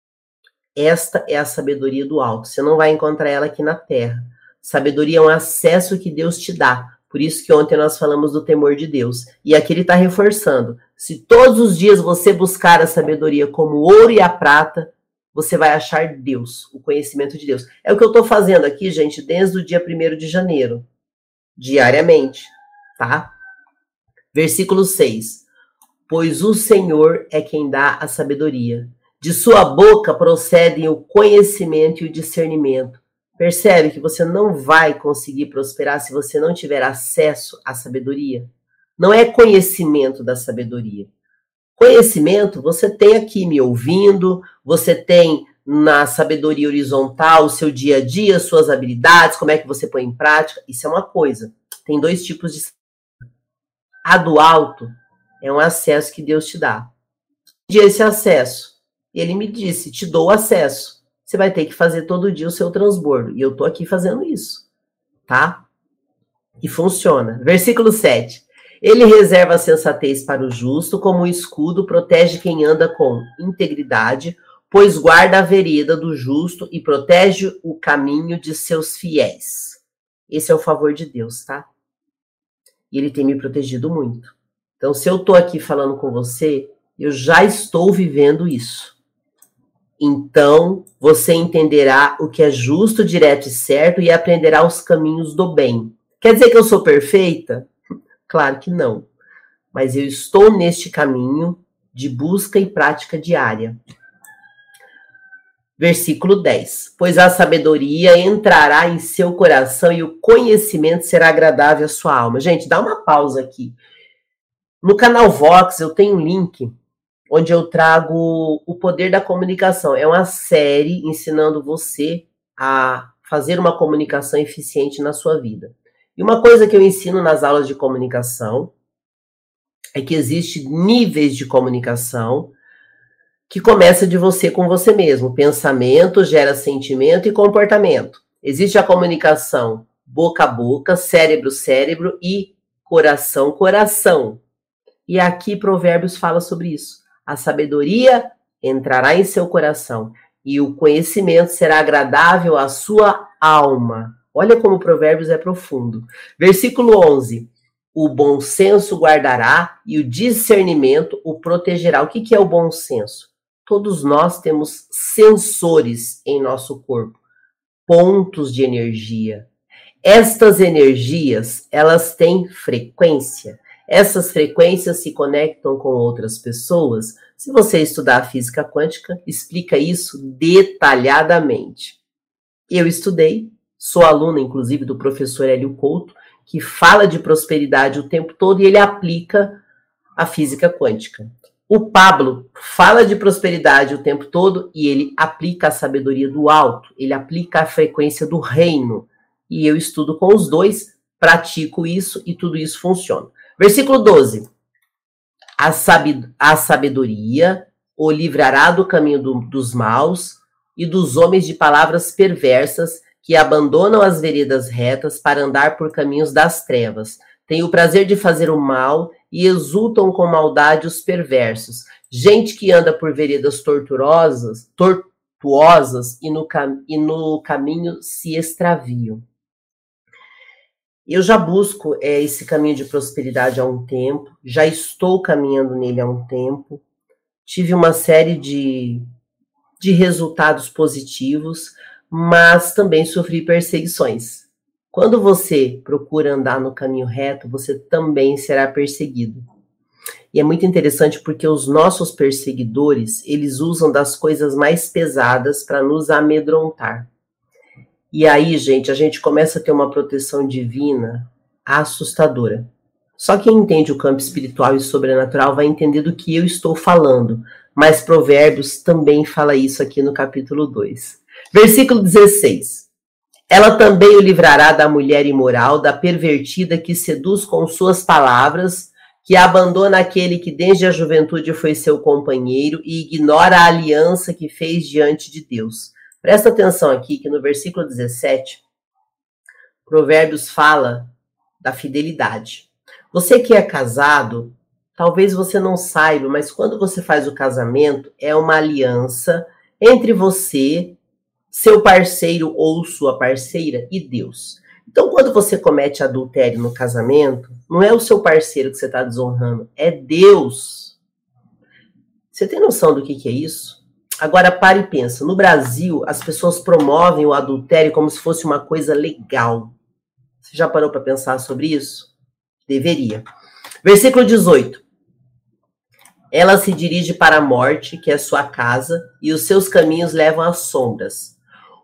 Esta é a sabedoria do alto. Você não vai encontrar ela aqui na terra. Sabedoria é um acesso que Deus te dá. Por isso que ontem nós falamos do temor de Deus. E aqui ele está reforçando. Se todos os dias você buscar a sabedoria como o ouro e a prata, você vai achar Deus, o conhecimento de Deus. É o que eu estou fazendo aqui, gente, desde o dia primeiro de janeiro. Diariamente, tá? Versículo seis. Pois o Senhor é quem dá a sabedoria. De sua boca procedem o conhecimento e o discernimento. Percebe que você não vai conseguir prosperar se você não tiver acesso à sabedoria? Não é conhecimento da sabedoria. Conhecimento você tem aqui me ouvindo, você tem na sabedoria horizontal o seu dia a dia, suas habilidades, como é que você põe em prática. Isso é uma coisa. Tem dois tipos de... A do alto é um acesso que Deus te dá. E esse acesso, ele me disse, te dou acesso. Você vai ter que fazer todo dia o seu transbordo. E eu tô aqui fazendo isso, tá? E funciona. Versículo sete. Ele reserva a sensatez para o justo, como um escudo protege quem anda com integridade, pois guarda a vereda do justo e protege o caminho de seus fiéis. Esse é o favor de Deus, tá? E ele tem me protegido muito. Então, se eu tô aqui falando com você, eu já estou vivendo isso. Então, você entenderá o que é justo, direto e certo e aprenderá os caminhos do bem. Quer dizer que eu sou perfeita? Claro que não. Mas eu estou neste caminho de busca e prática diária. Versículo dez. Pois a sabedoria entrará em seu coração e o conhecimento será agradável à sua alma. Gente, dá uma pausa aqui. No canal Vox eu tenho um link onde eu trago o poder da comunicação. É uma série ensinando você a fazer uma comunicação eficiente na sua vida. E uma coisa que eu ensino nas aulas de comunicação é que existe níveis de comunicação que começa de você com você mesmo. Pensamento gera sentimento e comportamento. Existe a comunicação boca a boca, cérebro cérebro e coração coração. E aqui Provérbios fala sobre isso. A sabedoria entrará em seu coração e o conhecimento será agradável à sua alma. Olha como Provérbios é profundo. Versículo onze. O bom senso guardará e o discernimento o protegerá. O que é o bom senso? Todos nós temos sensores em nosso corpo, pontos de energia. Estas energias, elas têm frequência. Essas frequências se conectam com outras pessoas. Se você estudar a física quântica, explica isso detalhadamente. Eu estudei, sou aluna, inclusive, do professor Hélio Couto, que fala de prosperidade o tempo todo e ele aplica a física quântica. O Pablo fala de prosperidade o tempo todo e ele aplica a sabedoria do alto, ele aplica a frequência do reino. E eu estudo com os dois, pratico isso e tudo isso funciona. Versículo doze. A, sab- a sabedoria o livrará do caminho do, dos maus e dos homens de palavras perversas que abandonam as veredas retas para andar por caminhos das trevas. Têm o prazer de fazer o mal e exultam com maldade os perversos. Gente que anda por veredas tortuosas, tortuosas e no, cam- e no caminho se extraviam. Eu já busco é, esse caminho de prosperidade há um tempo, já estou caminhando nele há um tempo, tive uma série de, de resultados positivos, mas também sofri perseguições. Quando você procura andar no caminho reto, você também será perseguido. E é muito interessante porque os nossos perseguidores, eles usam das coisas mais pesadas para nos amedrontar. E aí, gente, a gente começa a ter uma proteção divina assustadora. Só quem entende o campo espiritual e sobrenatural vai entender do que eu estou falando. Mas Provérbios também fala isso aqui no capítulo dois. Versículo dezesseis. Ela também o livrará da mulher imoral, da pervertida que seduz com suas palavras, que abandona aquele que desde a juventude foi seu companheiro e ignora a aliança que fez diante de Deus. Presta atenção aqui que no versículo dezessete, Provérbios fala da fidelidade. Você que é casado, talvez você não saiba, mas quando você faz o casamento, é uma aliança entre você, seu parceiro ou sua parceira e Deus. Então, quando você comete adultério no casamento, não é o seu parceiro que você está desonrando, é Deus. Você tem noção do que, que é isso? Agora, para e pensa. No Brasil, as pessoas promovem o adultério como se fosse uma coisa legal. Você já parou para pensar sobre isso? Deveria. Versículo dezoito. Ela se dirige para a morte, que é sua casa, e os seus caminhos levam às sombras.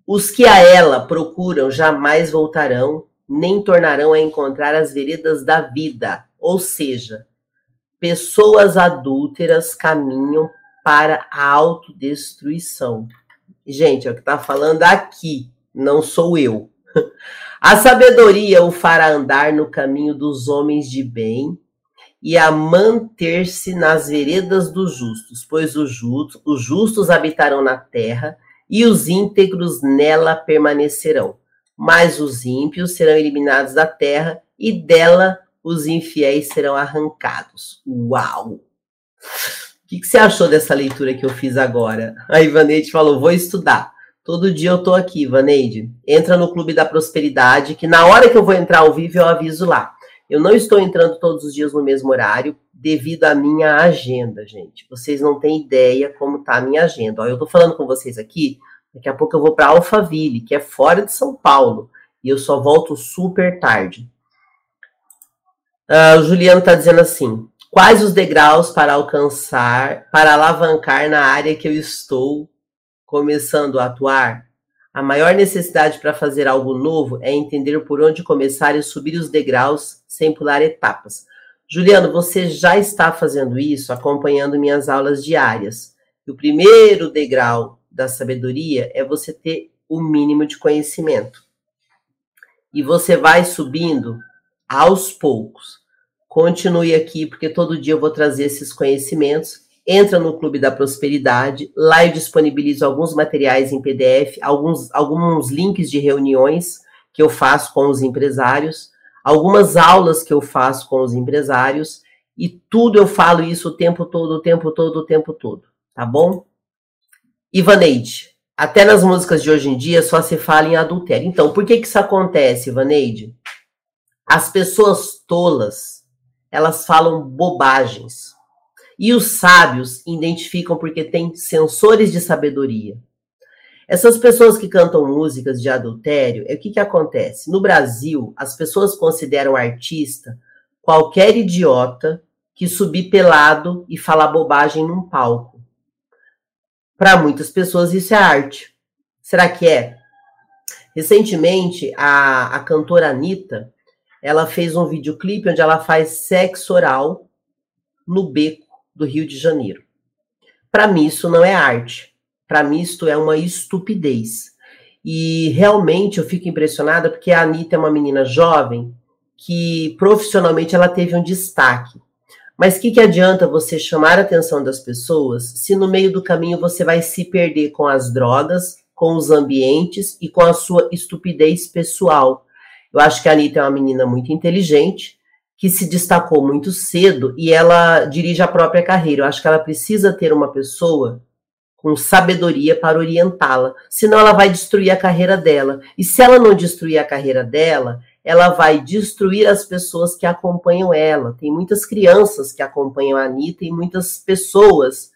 Os que a ela procuram jamais voltarão, nem tornarão a encontrar as veredas da vida. Ou seja, pessoas adúlteras caminham para a autodestruição. Gente, é o que está falando aqui, não sou eu. A sabedoria o fará andar no caminho dos homens de bem e a manter-se nas veredas dos justos, pois os justos, os justos habitarão na terra e os íntegros nela permanecerão. Mas os ímpios serão eliminados da terra e dela os infiéis serão arrancados. Uau! O que, que você achou dessa leitura que eu fiz agora? A Ivaneide falou, vou estudar. Todo dia eu tô aqui, Ivaneide. Entra no Clube da Prosperidade, que na hora que eu vou entrar ao vivo eu aviso lá. Eu não estou entrando todos os dias no mesmo horário, devido à minha agenda, gente. Vocês não têm ideia como tá a minha agenda. Ó, eu tô falando com vocês aqui, daqui a pouco eu vou para Alphaville, que é fora de São Paulo, e eu só volto super tarde. Uh, o Juliano tá dizendo assim, quais os degraus para alcançar, para alavancar na área que eu estou começando a atuar? A maior necessidade para fazer algo novo é entender por onde começar e subir os degraus sem pular etapas. Juliano, você já está fazendo isso acompanhando minhas aulas diárias. E o primeiro degrau da sabedoria é você ter o mínimo de conhecimento. E você vai subindo aos poucos. Continue aqui, porque todo dia eu vou trazer esses conhecimentos. Entra no Clube da Prosperidade, lá eu disponibilizo alguns materiais em P D F, alguns, alguns links de reuniões que eu faço com os empresários, algumas aulas que eu faço com os empresários, e tudo eu falo isso o tempo todo, o tempo todo, o tempo todo, tá bom? Ivaneide, até nas músicas de hoje em dia só se fala em adultério. Então, por que que isso acontece, Ivaneide? As pessoas tolas, elas falam bobagens. E os sábios identificam porque têm sensores de sabedoria. Essas pessoas que cantam músicas de adultério, é o que que acontece? No Brasil, as pessoas consideram artista qualquer idiota que subir pelado e falar bobagem num palco. Para muitas pessoas isso é arte. Será que é? Recentemente, a, a cantora Anitta, ela fez um videoclipe onde ela faz sexo oral no beco do Rio de Janeiro. Para mim, isso não é arte. Para mim, isso é uma estupidez. E realmente eu fico impressionada porque a Anitta é uma menina jovem que profissionalmente ela teve um destaque. Mas o que, que adianta você chamar a atenção das pessoas se no meio do caminho você vai se perder com as drogas, com os ambientes e com a sua estupidez pessoal? Eu acho que a Anitta é uma menina muito inteligente, que se destacou muito cedo e ela dirige a própria carreira. Eu acho que ela precisa ter uma pessoa com sabedoria para orientá-la, senão ela vai destruir a carreira dela. E se ela não destruir a carreira dela, ela vai destruir as pessoas que acompanham ela. Tem muitas crianças que acompanham a Anitta e muitas pessoas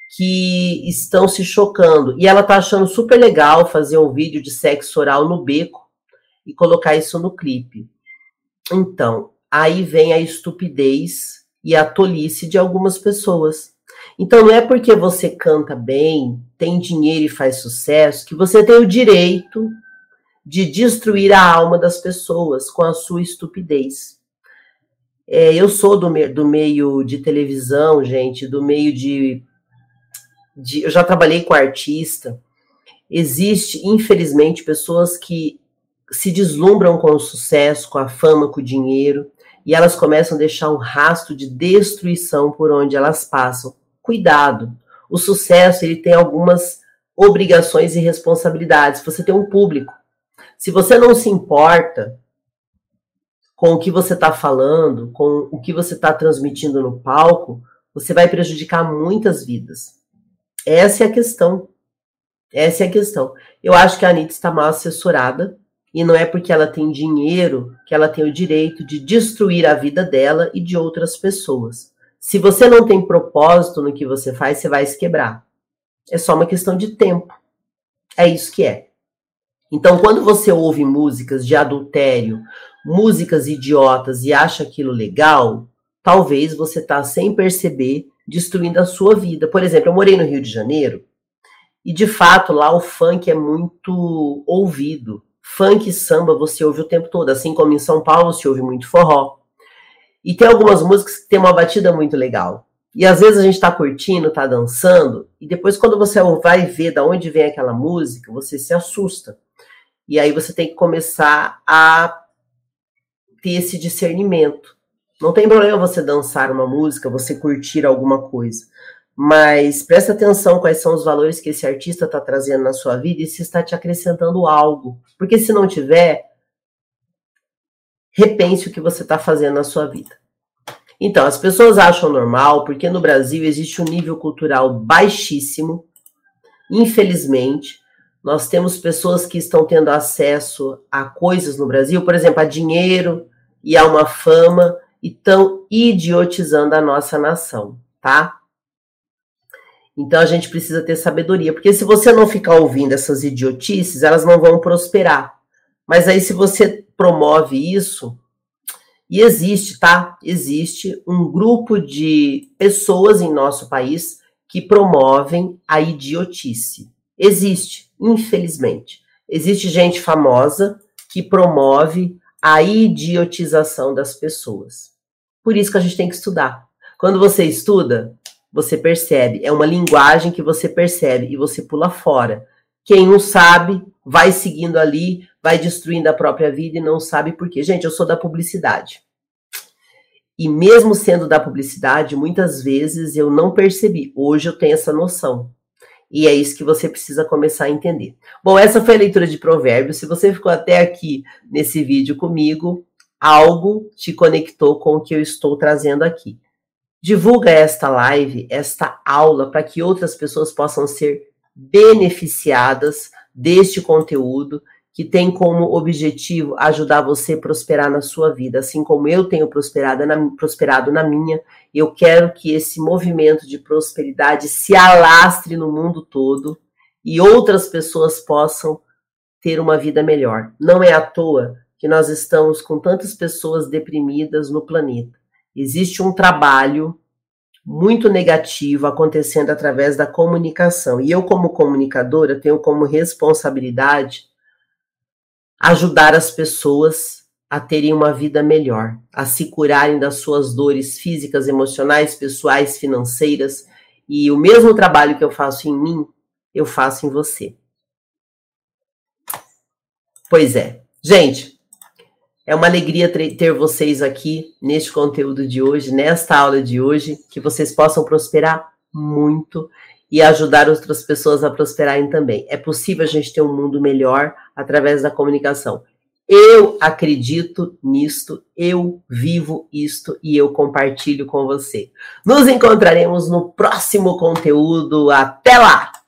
que estão se chocando. E ela tá achando super legal fazer um vídeo de sexo oral no beco e colocar isso no clipe. Então, aí vem a estupidez e a tolice de algumas pessoas. Então não é porque você canta bem, tem dinheiro e faz sucesso, que você tem o direito de destruir a alma das pessoas com a sua estupidez. É, eu sou do, me do meio de televisão, gente, do meio de, de... Eu já trabalhei com artista. Existe, infelizmente, pessoas que se deslumbram com o sucesso, com a fama, com o dinheiro, e elas começam a deixar um rastro de destruição por onde elas passam. Cuidado, o sucesso ele tem algumas obrigações e responsabilidades. Você tem um público. Se você não se importa com o que você está falando, com o que você está transmitindo no palco, você vai prejudicar muitas vidas. Essa é a questão. Essa é a questão. Eu acho que a Anitta está mal assessorada, e não é porque ela tem dinheiro que ela tem o direito de destruir a vida dela e de outras pessoas. Se você não tem propósito no que você faz, você vai se quebrar. É só uma questão de tempo. É isso que é. Então, quando você ouve músicas de adultério, músicas idiotas e acha aquilo legal, talvez você está, sem perceber, destruindo a sua vida. Por exemplo, eu morei no Rio de Janeiro E, de fato, lá o funk é muito ouvido. Funk e samba você ouve o tempo todo, assim como em São Paulo se ouve muito forró. E tem algumas músicas que tem uma batida muito legal. E às vezes a gente tá curtindo, tá dançando, e depois quando você vai ver de onde vem aquela música, você se assusta. E aí você tem que começar a ter esse discernimento. Não tem problema você dançar uma música, você curtir alguma coisa. Mas presta atenção quais são os valores que esse artista está trazendo na sua vida e se está te acrescentando algo. Porque se não tiver, repense o que você está fazendo na sua vida. Então, as pessoas acham normal, porque no Brasil existe um nível cultural baixíssimo. Infelizmente, nós temos pessoas que estão tendo acesso a coisas no Brasil, por exemplo, a dinheiro e a uma fama, e estão idiotizando a nossa nação, tá? Então, a gente precisa ter sabedoria, porque se você não ficar ouvindo essas idiotices, elas não vão prosperar. Mas aí, se você promove isso, e existe, tá? Existe um grupo de pessoas em nosso país que promovem a idiotice. Existe, infelizmente. Existe gente famosa que promove a idiotização das pessoas. Por isso que a gente tem que estudar. Quando você estuda, você percebe. É uma linguagem que você percebe e você pula fora. Quem não sabe, vai seguindo ali, vai destruindo a própria vida e não sabe por quê. Gente, eu sou da publicidade. E mesmo sendo da publicidade, muitas vezes eu não percebi. Hoje eu tenho essa noção. E é isso que você precisa começar a entender. Bom, essa foi a leitura de Provérbios. Se você ficou até aqui nesse vídeo comigo, algo te conectou com o que eu estou trazendo aqui. Divulga esta live, esta aula, para que outras pessoas possam ser beneficiadas deste conteúdo que tem como objetivo ajudar você a prosperar na sua vida. Assim como eu tenho prosperado na, prosperado na minha, eu quero que esse movimento de prosperidade se alastre no mundo todo e outras pessoas possam ter uma vida melhor. Não é à toa que nós estamos com tantas pessoas deprimidas no planeta. Existe um trabalho muito negativo acontecendo através da comunicação. E eu, como comunicadora, tenho como responsabilidade ajudar as pessoas a terem uma vida melhor, a se curarem das suas dores físicas, emocionais, pessoais, financeiras. E o mesmo trabalho que eu faço em mim, eu faço em você. Pois é. Gente, é uma alegria ter vocês aqui neste conteúdo de hoje, nesta aula de hoje, que vocês possam prosperar muito e ajudar outras pessoas a prosperarem também. É possível a gente ter um mundo melhor através da comunicação. Eu acredito nisto, eu vivo isto e eu compartilho com você. Nos encontraremos no próximo conteúdo. Até lá!